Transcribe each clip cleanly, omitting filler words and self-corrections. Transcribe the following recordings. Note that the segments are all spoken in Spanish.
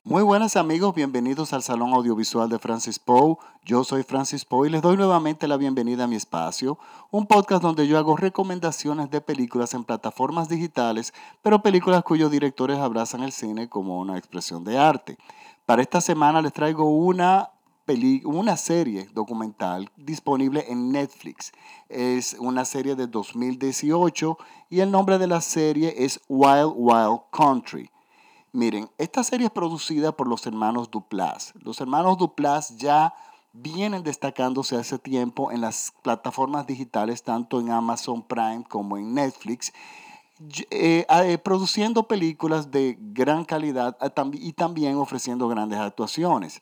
Muy buenas amigos, bienvenidos al Salón Audiovisual de Francis Poe. Yo soy Francis Poe y les doy nuevamente la bienvenida a mi espacio, un podcast donde yo hago recomendaciones de películas en plataformas digitales, pero películas cuyos directores abrazan el cine como una expresión de arte. Para esta semana les traigo una serie documental disponible en Netflix. Es una serie de 2018 y el nombre de la serie es Wild Wild Country. Miren, esta serie es producida por los hermanos Duplass. Los hermanos Duplass ya vienen destacándose hace tiempo en las plataformas digitales, tanto en Amazon Prime como en Netflix, produciendo películas de gran calidad y también ofreciendo grandes actuaciones.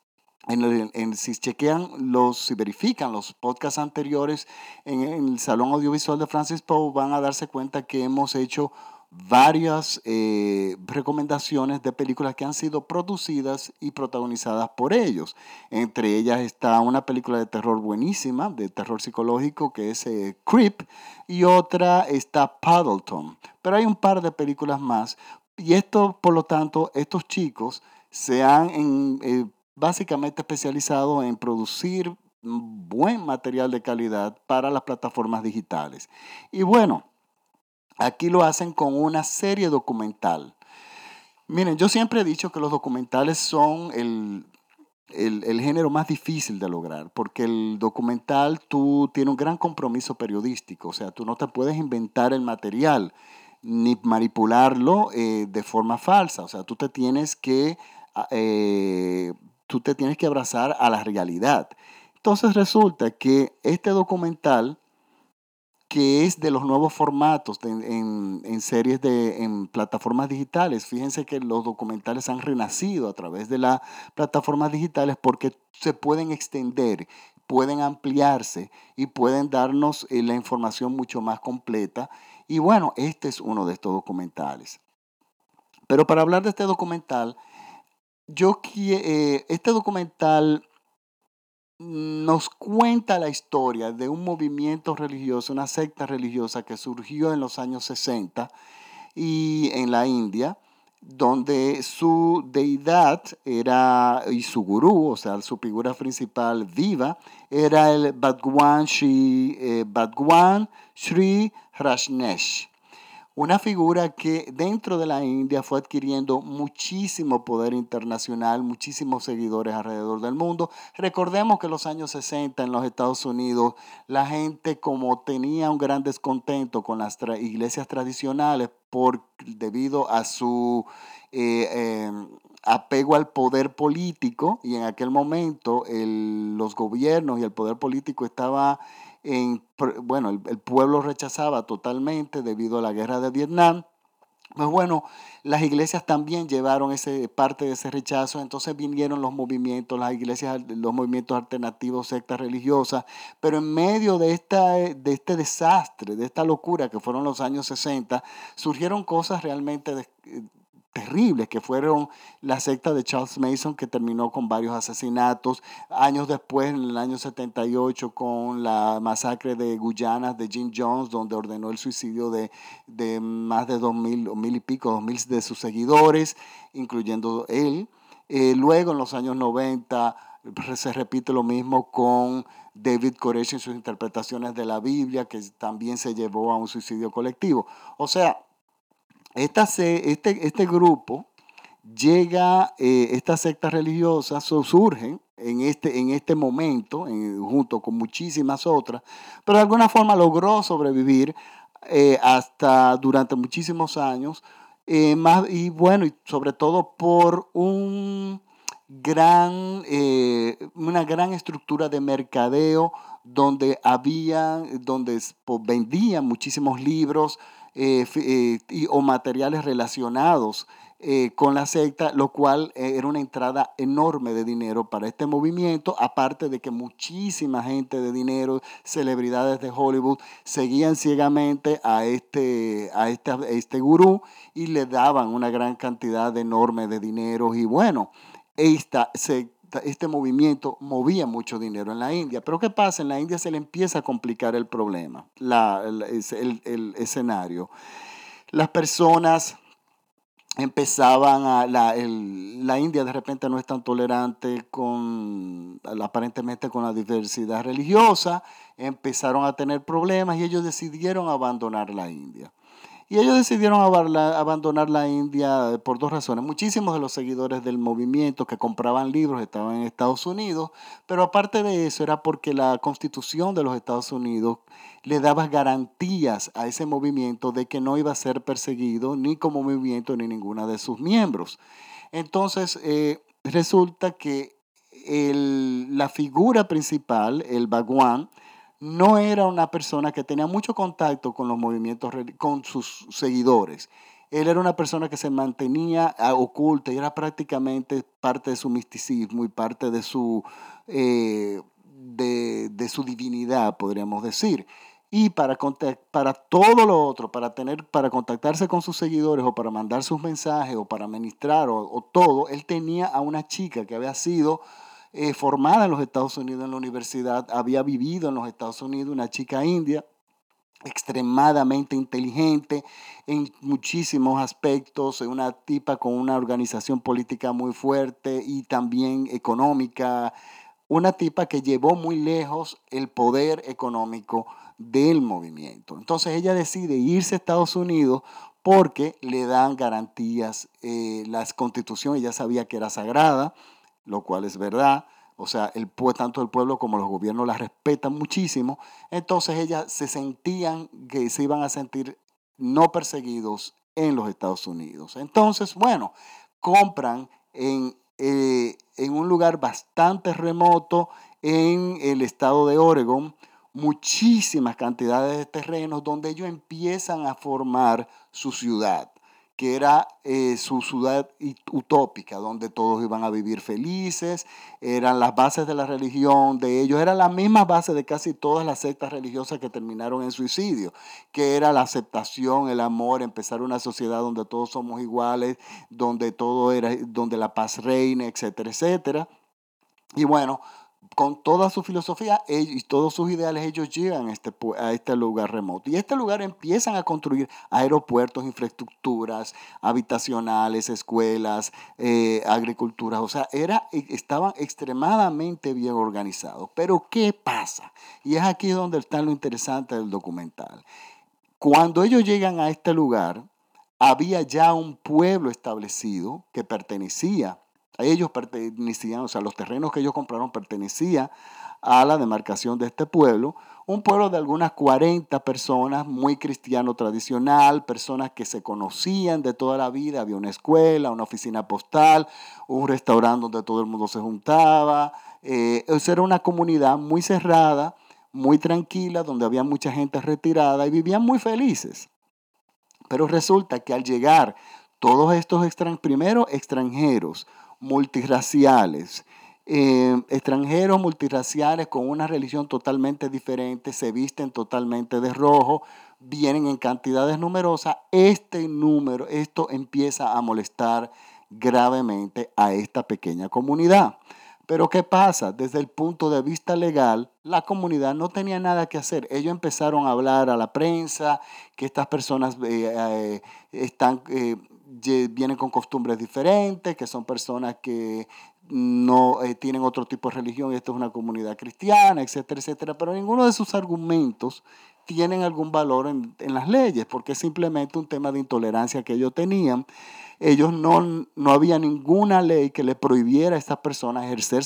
Si verifican los podcasts anteriores en el Salón Audiovisual de Francis Poe, van a darse cuenta que hemos hecho varias recomendaciones de películas que han sido producidas y protagonizadas por ellos. Entre ellas está una película de terror buenísima, de terror psicológico, que es Creep, y otra está Paddleton. Pero hay un par de películas más. Y esto, por lo tanto, estos chicos se han básicamente especializado en producir buen material de calidad para las plataformas digitales. Y bueno, aquí lo hacen con una serie documental. Miren, yo siempre he dicho que los documentales son el género más difícil de lograr, porque el documental tú tienes un gran compromiso periodístico, o sea, tú no te puedes inventar el material ni manipularlo de forma falsa, o sea, ah, eh, tú te tienes que abrazar a la realidad. Entonces resulta que este documental que es de los nuevos formatos en series en plataformas digitales. Fíjense que los documentales han renacido a través de las plataformas digitales porque se pueden extender, pueden ampliarse y pueden darnos la información mucho más completa. Y bueno, este es uno de estos documentales. Pero para hablar de este documental, este documental nos cuenta la historia de un movimiento religioso, una secta religiosa que surgió en los años 60 y en la India, donde su deidad y su gurú, o sea, su figura principal viva, era el Bhagwan Sri Rajneesh. Una figura que dentro de la India fue adquiriendo muchísimo poder internacional, muchísimos seguidores alrededor del mundo. Recordemos que en los años 60 en los Estados Unidos, la gente como tenía un gran descontento con las iglesias tradicionales debido a su eh, eh, apego al poder político, y en aquel momento los gobiernos y el poder político estaba bueno, el pueblo rechazaba totalmente debido a la guerra de Vietnam. Pues bueno, las iglesias también llevaron parte de ese rechazo, entonces vinieron los movimientos, las iglesias, los movimientos alternativos, sectas religiosas, pero en medio de este desastre, de esta locura que fueron los años 60, surgieron cosas realmente terribles, que fueron la secta de Charles Manson, que terminó con varios asesinatos, años después, en el año 78, con la masacre de Guyana de Jim Jones, donde ordenó el suicidio de más de 2.000 o mil y pico, 2.000 de sus seguidores, incluyendo él. Luego, en los años 90, se repite lo mismo con David Koresh en sus interpretaciones de la Biblia, que también se llevó a un suicidio colectivo. O sea, este grupo llega, esta secta religiosa surge en este momento, junto con muchísimas otras, pero de alguna forma logró sobrevivir hasta durante muchísimos años, y bueno, y sobre todo por una gran estructura de mercadeo donde vendían muchísimos libros o materiales relacionados con la secta, lo cual era una entrada enorme de dinero para este movimiento, aparte de que muchísima gente de dinero, celebridades de Hollywood, seguían ciegamente a este gurú y le daban una gran cantidad enorme de dinero. Y bueno, este movimiento movía mucho dinero en la India. Pero ¿qué pasa? En la India se le empieza a complicar el problema, el escenario. Las personas la India de repente no es tan tolerante aparentemente con la diversidad religiosa, empezaron a tener problemas y ellos decidieron abandonar la India. Y ellos decidieron abandonar la India por dos razones. Muchísimos de los seguidores del movimiento que compraban libros estaban en Estados Unidos, pero aparte de eso era porque la Constitución de los Estados Unidos le daba garantías a ese movimiento de que no iba a ser perseguido ni como movimiento ni ninguna de sus miembros. Entonces, resulta que la figura principal, el Bhagwan, no era una persona que tenía mucho contacto con los movimientos, con sus seguidores. Él era una persona que se mantenía oculta y era prácticamente parte de su misticismo y parte de su divinidad, podríamos decir. Y para todo lo otro, para contactarse con sus seguidores o para mandar sus mensajes o para ministrar o todo, él tenía a una chica que había sido formada en los Estados Unidos en la universidad, había vivido en los Estados Unidos, una chica india, extremadamente inteligente en muchísimos aspectos, una tipa con una organización política muy fuerte y también económica, una tipa que llevó muy lejos el poder económico del movimiento. Entonces ella decide irse a Estados Unidos porque le dan garantías, la constitución ella sabía que era sagrada, lo cual es verdad. O sea, tanto el pueblo como los gobiernos la respetan muchísimo. Entonces ellas se sentían que se iban a sentir no perseguidos en los Estados Unidos. Entonces, bueno, compran en un lugar bastante remoto en el estado de Oregon muchísimas cantidades de terrenos donde ellos empiezan a formar su ciudad, que era su ciudad utópica, donde todos iban a vivir felices, eran las bases de la religión de ellos, era la misma base de casi todas las sectas religiosas que terminaron en suicidio, que era la aceptación, el amor, empezar una sociedad donde todos somos iguales, donde la paz reine, etcétera, etcétera. Y bueno, con toda su filosofía y todos sus ideales, ellos llegan a este lugar remoto. Y este lugar empiezan a construir aeropuertos, infraestructuras habitacionales, escuelas, agriculturas. O sea, estaban extremadamente bien organizados. Pero ¿qué pasa? Y es aquí donde está lo interesante del documental. Cuando ellos llegan a este lugar, había ya un pueblo establecido que pertenecía a ellos, o sea, los terrenos que ellos compraron pertenecían a la demarcación de este pueblo, un pueblo de algunas 40 personas, muy cristiano tradicional, personas que se conocían de toda la vida, había una escuela, una oficina postal, un restaurante donde todo el mundo se juntaba, era una comunidad muy cerrada, muy tranquila, donde había mucha gente retirada y vivían muy felices. Pero resulta que al llegar todos estos primero extranjeros, multirraciales, extranjeros multirraciales con una religión totalmente diferente, se visten totalmente de rojo, vienen en cantidades numerosas, esto empieza a molestar gravemente a esta pequeña comunidad. Pero ¿qué pasa? Desde el punto de vista legal, la comunidad no tenía nada que hacer. Ellos empezaron a hablar a la prensa que estas personas vienen con costumbres diferentes, que son personas que no tienen otro tipo de religión y esto es una comunidad cristiana, etcétera, etcétera. Pero ninguno de sus argumentos tienen algún valor en las leyes, porque es simplemente un tema de intolerancia que ellos tenían. Ellos no había ninguna ley que le prohibiera a estas personas ejercer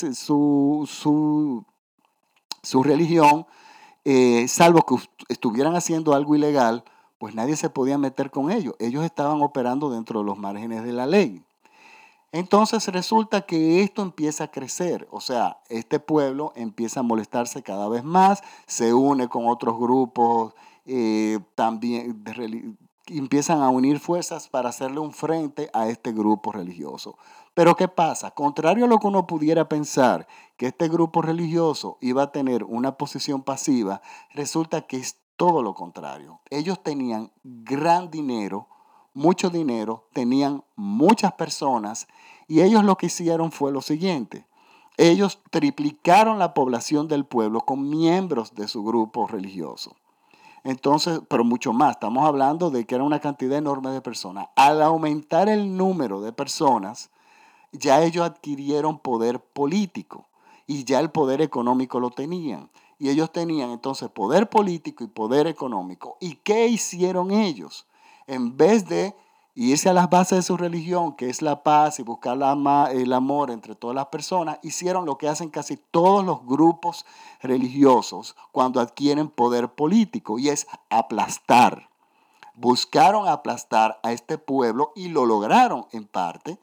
su religión, salvo que estuvieran haciendo algo ilegal, pues nadie se podía meter con ellos. Ellos estaban operando dentro de los márgenes de la ley. Entonces resulta que esto empieza a crecer, o sea, este pueblo empieza a molestarse cada vez más, se une con otros grupos también, empiezan a unir fuerzas para hacerle un frente a este grupo religioso. Pero ¿qué pasa? Contrario a lo que uno pudiera pensar, que este grupo religioso iba a tener una posición pasiva, resulta que es todo lo contrario. Ellos tenían gran dinero, mucho dinero, tenían muchas personas y ellos lo que hicieron fue lo siguiente. Ellos triplicaron la población del pueblo con miembros de su grupo religioso. Entonces, pero mucho más. Estamos hablando de que era una cantidad enorme de personas. Al aumentar el número de personas, ya ellos adquirieron poder político y ya el poder económico lo tenían. Y ellos tenían entonces poder político y poder económico. ¿Y qué hicieron ellos? En vez de irse a las bases de su religión, que es la paz y buscar el amor entre todas las personas, hicieron lo que hacen casi todos los grupos religiosos cuando adquieren poder político, y es aplastar. Buscaron aplastar a este pueblo y lo lograron en parte,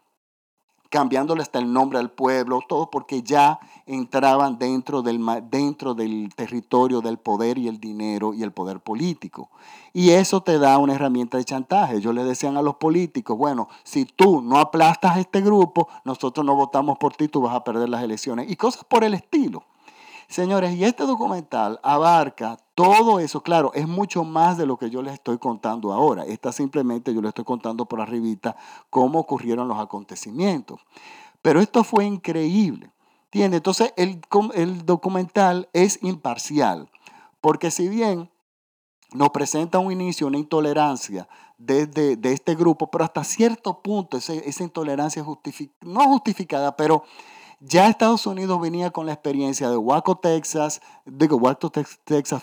cambiándole hasta el nombre al pueblo, todo porque ya entraban dentro del territorio del poder y el dinero y el poder político. Y eso te da una herramienta de chantaje. Ellos le decían a los políticos, bueno, si tú no aplastas a este grupo, nosotros no votamos por ti, tú vas a perder las elecciones. Y cosas por el estilo. Señores, y este documental abarca todo eso. Claro, es mucho más de lo que yo les estoy contando ahora. Esta simplemente yo les estoy contando por arribita cómo ocurrieron los acontecimientos. Pero esto fue increíble. ¿Entiendes? Entonces, el documental es imparcial. Porque si bien nos presenta un inicio, una intolerancia de este grupo, pero hasta cierto punto esa intolerancia no justificada, pero ya Estados Unidos venía con la experiencia de Waco, Texas. Digo, Waco, Texas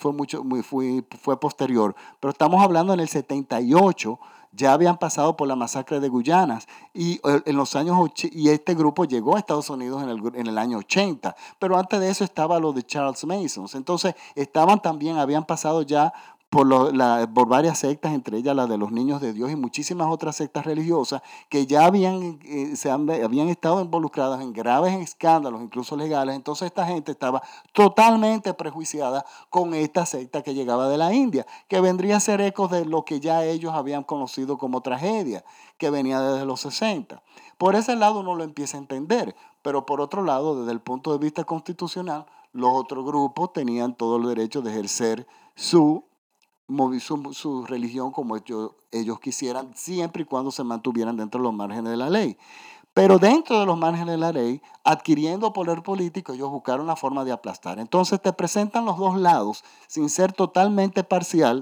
fue posterior, pero estamos hablando en el 78. Ya habían pasado por la masacre de Guyanas en los años y este grupo llegó a Estados Unidos en el año 80, pero antes de eso estaba lo de Charles Mason. Entonces habían pasado ya por varias sectas, entre ellas la de los Niños de Dios y muchísimas otras sectas religiosas que ya habían estado involucradas en graves escándalos, incluso legales. Entonces esta gente estaba totalmente prejuiciada con esta secta que llegaba de la India, que vendría a ser ecos de lo que ya ellos habían conocido como tragedia, que venía desde los 60. Por ese lado uno lo empieza a entender, pero por otro lado, desde el punto de vista constitucional, los otros grupos tenían todo el derecho de ejercer su religión como ellos quisieran, siempre y cuando se mantuvieran dentro de los márgenes de la ley. Pero dentro de los márgenes de la ley, adquiriendo poder político, ellos buscaron la forma de aplastar. Entonces te presentan los dos lados sin ser totalmente parcial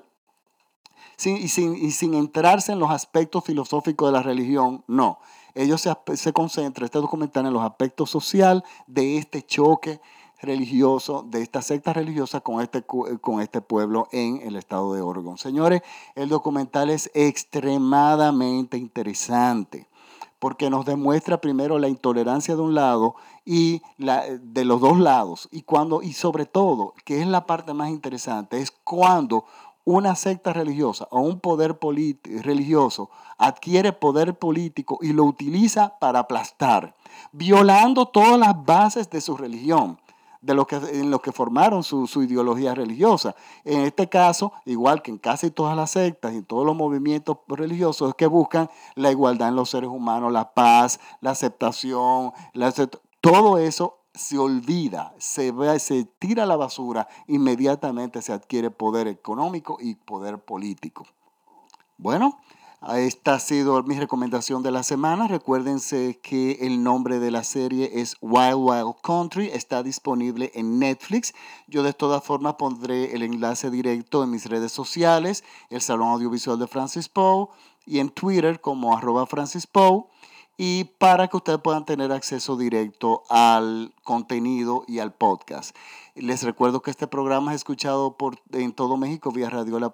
y sin entrarse en los aspectos filosóficos de la religión, no. Ellos se concentran, este documental, en los aspectos sociales de este choque religioso, de esta secta religiosa con este pueblo en el estado de Oregon. Señores, el documental es extremadamente interesante porque nos demuestra primero la intolerancia de un lado y de los dos lados. Y sobre todo, que es la parte más interesante, es cuando una secta religiosa o un poder religioso adquiere poder político y lo utiliza para aplastar, violando todas las bases de su religión, en lo que formaron su ideología religiosa. En este caso, igual que en casi todas las sectas y todos los movimientos religiosos, es que buscan la igualdad en los seres humanos, la paz, la aceptación, todo eso se olvida, se tira a la basura, inmediatamente se adquiere poder económico y poder político. Bueno, esta ha sido mi recomendación de la semana. Recuérdense que el nombre de la serie es Wild Wild Country. Está disponible en Netflix. Yo de todas formas pondré el enlace directo en mis redes sociales, el Salón Audiovisual de Francis Poe, y en Twitter como @FrancisPoe, y para que ustedes puedan tener acceso directo al contenido y al podcast. Les recuerdo que este programa es escuchado en todo México vía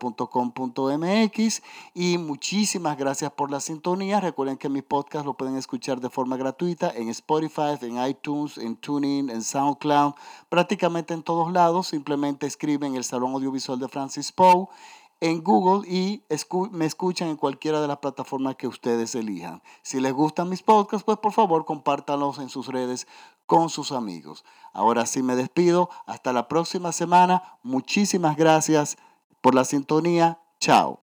radiola.com.mx, y muchísimas gracias por la sintonía. Recuerden que mi podcast lo pueden escuchar de forma gratuita en Spotify, en iTunes, en TuneIn, en SoundCloud, prácticamente en todos lados. Simplemente escriben el Salón Audiovisual de Francis Poe en Google y me escuchan en cualquiera de las plataformas que ustedes elijan. Si les gustan mis podcasts, pues por favor compártanlos en sus redes con sus amigos. Ahora sí me despido. Hasta la próxima semana. Muchísimas gracias por la sintonía. Chao.